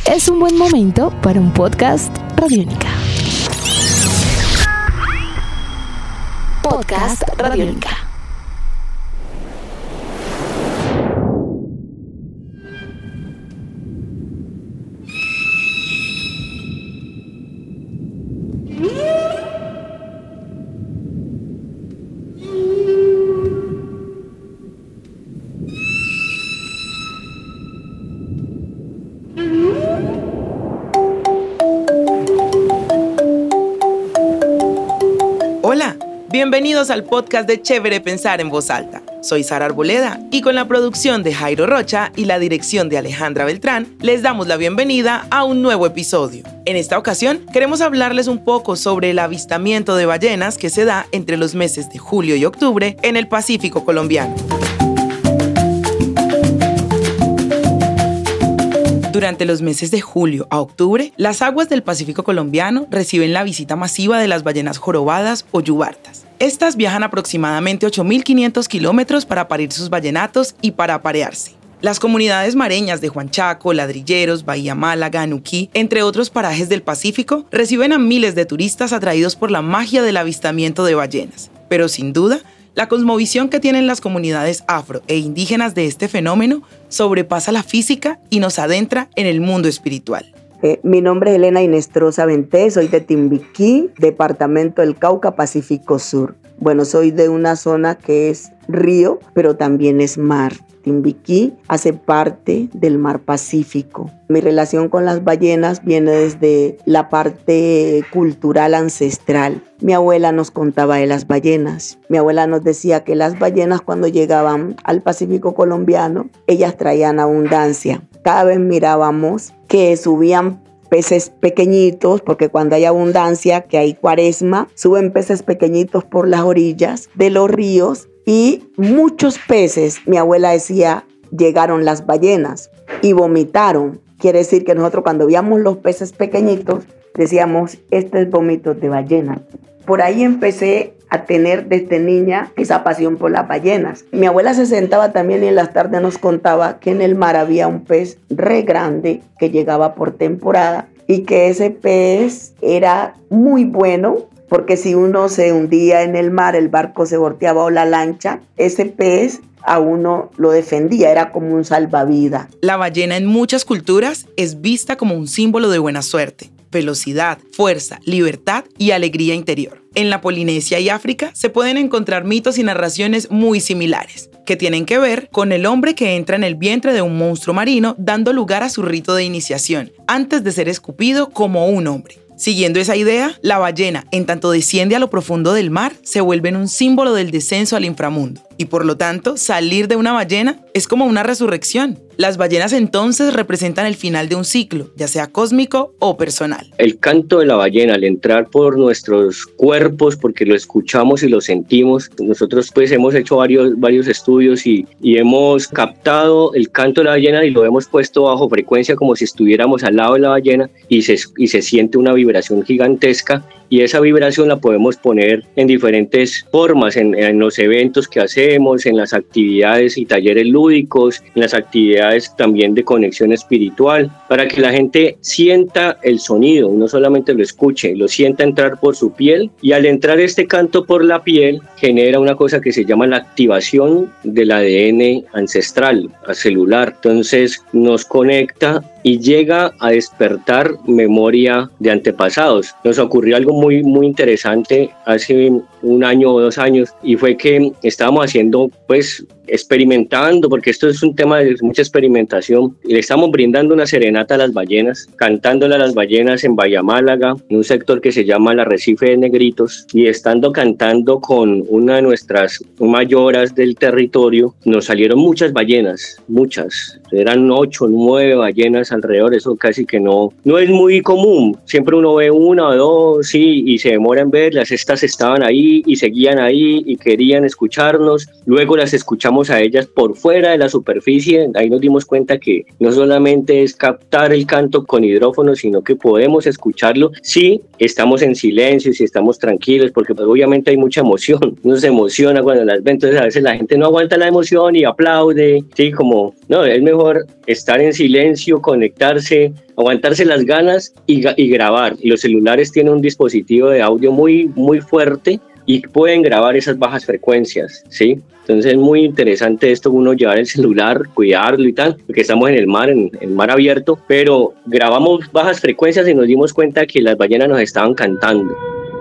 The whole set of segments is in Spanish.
es un buen momento para un podcast Radiónica. Podcast Radiónica. Hola, bienvenidos al podcast de Chévere Pensar en Voz Alta. Soy Sara Arboleda y con la producción de Jairo Rocha y la dirección de Alejandra Beltrán, les damos la bienvenida a un nuevo episodio. En esta ocasión, queremos hablarles un poco sobre el avistamiento de ballenas que se da entre los meses de julio y octubre en el Pacífico colombiano. Durante los meses de julio a octubre, las aguas del Pacífico colombiano reciben la visita masiva de las ballenas jorobadas o yubartas. Estas viajan aproximadamente 8.500 kilómetros para parir sus ballenatos y para aparearse. Las comunidades mareñas de Juanchaco, Ladrilleros, Bahía Málaga, Nuquí, entre otros parajes del Pacífico, reciben a miles de turistas atraídos por la magia del avistamiento de ballenas. Pero sin duda, la cosmovisión que tienen las comunidades afro e indígenas de este fenómeno sobrepasa la física y nos adentra en el mundo espiritual. Mi nombre es Elena Inestrosa Venté, soy de Timbiquí, departamento del Cauca, Pacífico Sur. Bueno, soy de una zona que es río, pero también es mar. Timbiquí hace parte del mar Pacífico. Mi relación con las ballenas viene desde la parte cultural ancestral. Mi abuela nos contaba de las ballenas. Mi abuela nos decía que las ballenas cuando llegaban al Pacífico colombiano, ellas traían abundancia. Cada vez mirábamos que subían peces pequeñitos, porque cuando hay abundancia, que hay cuaresma, suben peces pequeñitos por las orillas de los ríos y muchos peces, mi abuela decía, llegaron las ballenas y vomitaron. Quiere decir que nosotros cuando veíamos los peces pequeñitos, decíamos, este es vómito de ballena. Por ahí empecé a tener desde niña esa pasión por las ballenas. Mi abuela se sentaba también y en las tardes nos contaba que en el mar había un pez re grande que llegaba por temporada y que ese pez era muy bueno porque si uno se hundía en el mar, el barco se volteaba o la lancha, ese pez a uno lo defendía, era como un salvavidas. La ballena en muchas culturas es vista como un símbolo de buena suerte, velocidad, fuerza, libertad y alegría interior. En la Polinesia y África se pueden encontrar mitos y narraciones muy similares, que tienen que ver con el hombre que entra en el vientre de un monstruo marino dando lugar a su rito de iniciación, antes de ser escupido como un hombre. Siguiendo esa idea, la ballena, en tanto desciende a lo profundo del mar, se vuelve en un símbolo del descenso al inframundo. Y por lo tanto, salir de una ballena es como una resurrección. Las ballenas entonces representan el final de un ciclo, ya sea cósmico o personal. El canto de la ballena, al entrar por nuestros cuerpos, porque lo escuchamos y lo sentimos, nosotros pues hemos hecho varios estudios y hemos captado el canto de la ballena y lo hemos puesto bajo frecuencia como si estuviéramos al lado de la ballena y se siente una vibración gigantesca. Y esa vibración la podemos poner en diferentes formas, en los eventos que hacemos, en las actividades y talleres lúdicos, en las actividades también de conexión espiritual, para que la gente sienta el sonido, no solamente lo escuche, lo sienta entrar por su piel. Y al entrar este canto por la piel, genera una cosa que se llama la activación del ADN ancestral, celular. Entonces nos conecta y llega a despertar memoria de antepasados. Nos ocurrió algo muy interesante hace 1 año o 2 años y fue que estábamos haciendo experimentando, porque esto es un tema de mucha experimentación, y le estamos brindando una serenata a las ballenas, cantándole a las ballenas en Bahía Málaga, en un sector que se llama el Arrecife de Negritos, y estando cantando con una de nuestras mayoras del territorio, nos salieron muchas ballenas, muchas, eran 8 o 9 ballenas alrededor. Eso casi que no es muy común, siempre uno ve 1 o 2, sí, y se demora en verlas. Estas estaban ahí y seguían ahí y querían escucharnos. Luego las escuchamos a ellas por fuera de la superficie. Ahí nos dimos cuenta que no solamente es captar el canto con hidrófono, sino que podemos escucharlo si estamos en silencio, si estamos tranquilos, porque pues, obviamente hay mucha emoción. Uno se emociona cuando las ve, entonces a veces la gente no aguanta la emoción y aplaude, sí, como no, es mejor estar en silencio con conectarse, aguantarse las ganas y grabar. Y los celulares tienen un dispositivo de audio muy, muy fuerte y pueden grabar esas bajas frecuencias, ¿sí? Entonces es muy interesante esto, uno llevar el celular, cuidarlo y tal, porque estamos en el mar, en mar abierto, pero grabamos bajas frecuencias y nos dimos cuenta que las ballenas nos estaban cantando.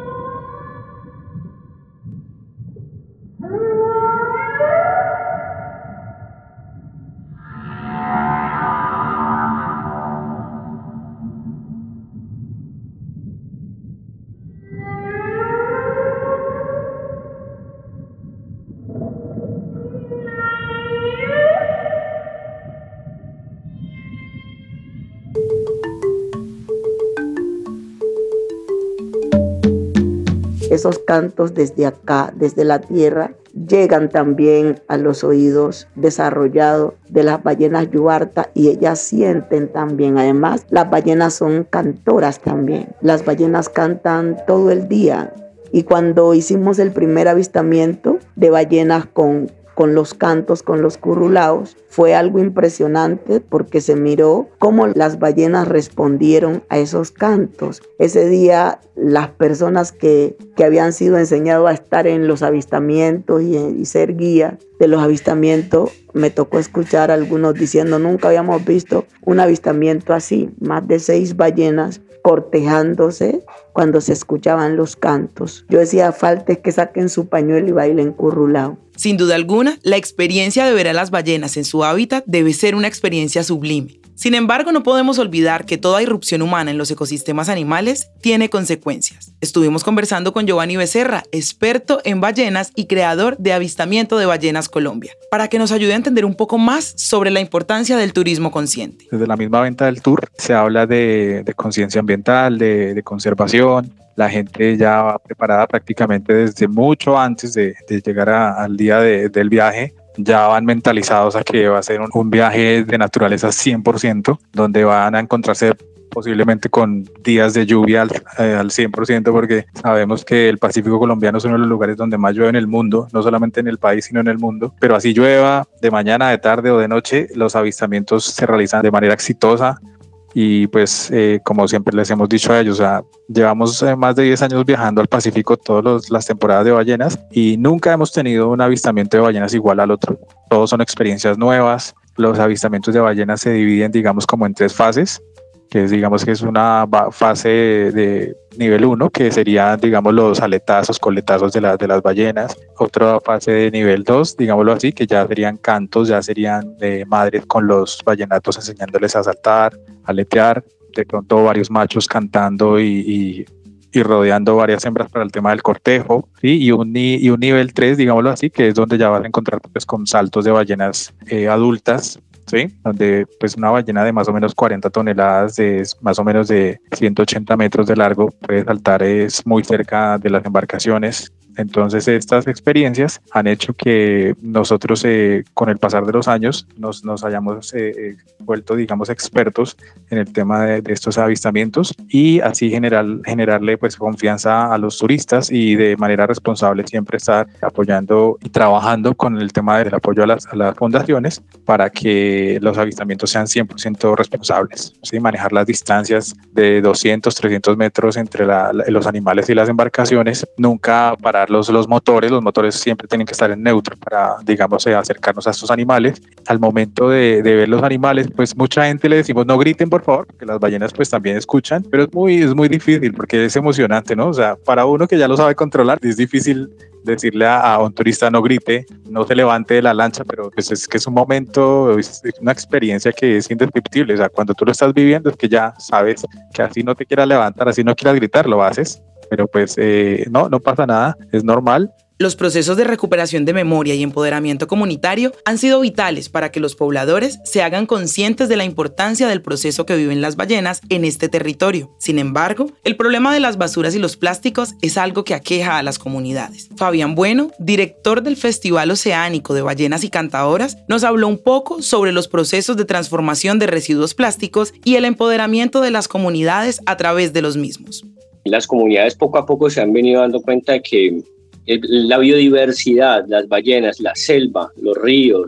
Esos cantos desde acá, desde la tierra, llegan también a los oídos desarrollados de las ballenas yubarta y ellas sienten también. Además, las ballenas son cantoras también. Las ballenas cantan todo el día. Y cuando hicimos el primer avistamiento de ballenas con los cantos, con los currulaos, fue algo impresionante porque se miró cómo las ballenas respondieron a esos cantos. Ese día las personas que habían sido enseñadas a estar en los avistamientos y ser guías de los avistamientos, me tocó escuchar a algunos diciendo nunca habíamos visto un avistamiento así, más de 6 ballenas cortejándose cuando se escuchaban los cantos. Yo decía, falta es que saquen su pañuelo y bailen currulao. Sin duda alguna, la experiencia de ver a las ballenas en su hábitat debe ser una experiencia sublime. Sin embargo, no podemos olvidar que toda irrupción humana en los ecosistemas animales tiene consecuencias. Estuvimos conversando con Giovanni Becerra, experto en ballenas y creador de Avistamiento de Ballenas Colombia, para que nos ayude a entender un poco más sobre la importancia del turismo consciente. Desde la misma venta del tour se habla de conciencia ambiental, de conservación. La gente ya va preparada prácticamente desde mucho antes de llegar al día del viaje. Ya van mentalizados a que va a ser un viaje de naturaleza 100%, donde van a encontrarse posiblemente con días de lluvia al 100%, porque sabemos que el Pacífico colombiano es uno de los lugares donde más llueve en el mundo, no solamente en el país, sino en el mundo. Pero así llueva de mañana, de tarde o de noche, los avistamientos se realizan de manera exitosa. Y pues como siempre les hemos dicho a ellos, o sea, llevamos más de 10 años viajando al Pacífico todas las temporadas de ballenas y nunca hemos tenido un avistamiento de ballenas igual al otro. Todos son experiencias nuevas. Los avistamientos de ballenas se dividen, digamos, como en 3 fases, que es una fase de nivel 1, que serían, digamos, los aletazos, coletazos de las ballenas. Otra fase de nivel 2, digámoslo así, que ya serían cantos, ya serían de madres con los ballenatos enseñándoles a saltar, a aletear, de pronto varios machos cantando y rodeando varias hembras para el tema del cortejo, ¿sí? y un nivel 3, digámoslo así, que es donde ya vas a encontrar pues, con saltos de ballenas adultas, ¿sí? Donde pues una ballena de más o menos 40 toneladas, de más o menos de 180 metros de largo, puede saltar muy cerca de las embarcaciones. Entonces estas experiencias han hecho que nosotros con el pasar de los años nos hayamos vuelto, digamos, expertos en el tema de estos avistamientos y así generarle pues confianza a los turistas y de manera responsable siempre estar apoyando y trabajando con el tema del apoyo a las fundaciones para que los avistamientos sean 100% responsables, ¿sí? Manejar las distancias de 200, 300 metros entre los animales y las embarcaciones, nunca parar los motores siempre tienen que estar en neutro para, digamos, acercarnos a estos animales. Al momento de ver los animales, pues mucha gente le decimos no griten por favor, porque las ballenas pues también escuchan, pero es muy difícil porque es emocionante, ¿no? O sea, para uno que ya lo sabe controlar, es difícil decirle a un turista no grite, no se levante de la lancha, pero pues es que es un momento, es una experiencia que es indescriptible. O sea, cuando tú lo estás viviendo es que ya sabes que así no te quieras levantar, así no quieras gritar, lo haces. Pero pues no pasa nada, es normal. Los procesos de recuperación de memoria y empoderamiento comunitario han sido vitales para que los pobladores se hagan conscientes de la importancia del proceso que viven las ballenas en este territorio. Sin embargo, el problema de las basuras y los plásticos es algo que aqueja a las comunidades. Fabián Bueno, director del Festival Oceánico de Ballenas y Cantadoras, nos habló un poco sobre los procesos de transformación de residuos plásticos y el empoderamiento de las comunidades a través de los mismos. Las comunidades poco a poco se han venido dando cuenta de que la biodiversidad, las ballenas, la selva, los ríos,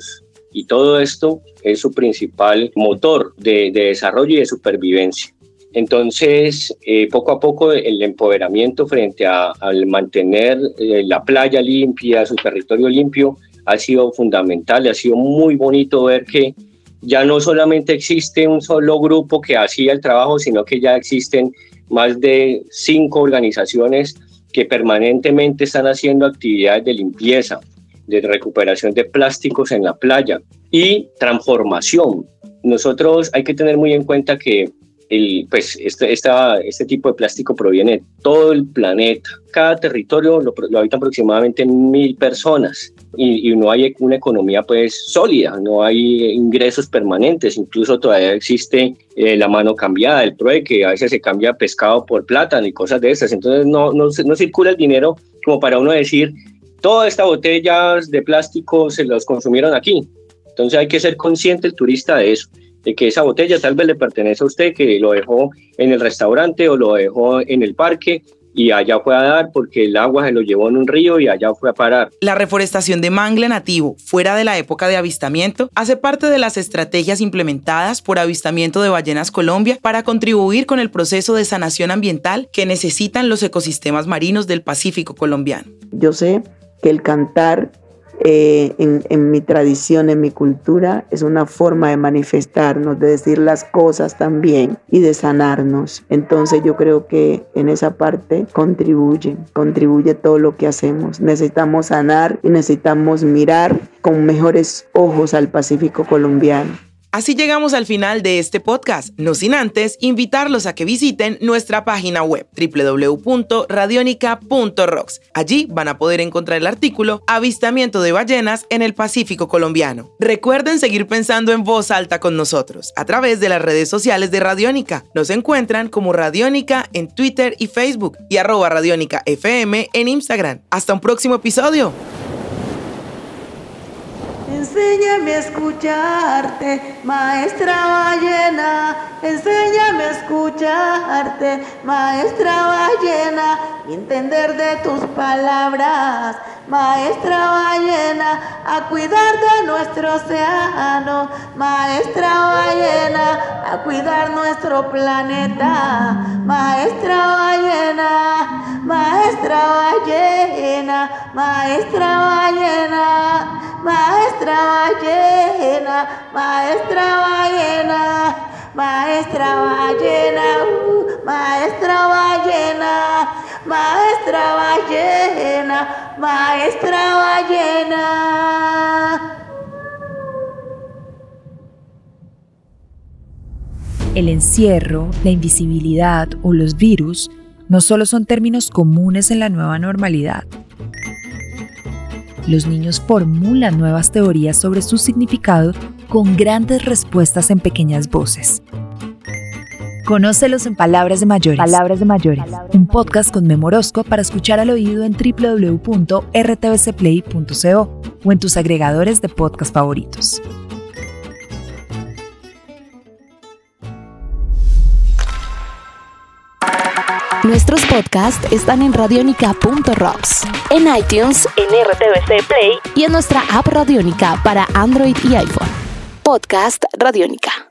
y todo esto es su principal motor de desarrollo y de supervivencia. Entonces, poco a poco el empoderamiento frente al mantener la playa limpia, su territorio limpio, ha sido fundamental. Ha sido muy bonito ver que ya no solamente existe un solo grupo que hacía el trabajo, sino que ya existen más de 5 organizaciones que permanentemente están haciendo actividades de limpieza, de recuperación de plásticos en la playa y transformación. Nosotros hay que tener muy en cuenta que este tipo de plástico proviene de todo el planeta. Cada territorio lo habitan aproximadamente 1.000 personas y no hay una economía pues sólida, no hay ingresos permanentes, incluso todavía existe la mano cambiada, el PROE, que a veces se cambia pescado por plátano y cosas de esas. Entonces no circula el dinero como para uno decir, todas estas botellas de plástico se las consumieron aquí. Entonces hay que ser consciente el turista de eso, de que esa botella tal vez le pertenece a usted, que lo dejó en el restaurante o lo dejó en el parque y allá fue a dar porque el agua se lo llevó en un río y allá fue a parar. La reforestación de mangle nativo fuera de la época de avistamiento hace parte de las estrategias implementadas por Avistamiento de Ballenas Colombia para contribuir con el proceso de sanación ambiental que necesitan los ecosistemas marinos del Pacífico colombiano. Yo sé que el cantar en mi tradición, en mi cultura, es una forma de manifestarnos, de decir las cosas también y de sanarnos. Entonces yo creo que en esa parte contribuye todo lo que hacemos. Necesitamos sanar y necesitamos mirar con mejores ojos al Pacífico colombiano. Así llegamos al final de este podcast, no sin antes invitarlos a que visiten nuestra página web www.radionica.rocks. Allí van a poder encontrar el artículo Avistamiento de ballenas en el Pacífico colombiano. Recuerden seguir pensando en voz alta con nosotros a través de las redes sociales de Radiónica. Nos encuentran como Radiónica en Twitter y Facebook y @RadiónicaFM en Instagram. Hasta un próximo episodio. Enséñame a escucharte, maestra ballena. Enséñame a escucharte, maestra ballena, y entender de tus palabras, maestra ballena, a cuidar de nuestro océano, maestra ballena, a cuidar nuestro planeta, maestra ballena, maestra ballena, maestra ballena, maestra ballena, maestra ballena, maestra ballena, maestra ballena, maestra ballena, maestra ballena. El encierro, la invisibilidad o los virus no solo son términos comunes en la nueva normalidad. Los niños formulan nuevas teorías sobre su significado con grandes respuestas en pequeñas voces. Conócelos en Palabras de Mayores. Palabras de Mayores. Un podcast con Memorosco para escuchar al oído en www.rtvcplay.co o en tus agregadores de podcast favoritos. Nuestros podcasts están en radionica.rocks, en iTunes, en RTVC Play y en nuestra app Radiónica para Android y iPhone. Podcast Radiónica.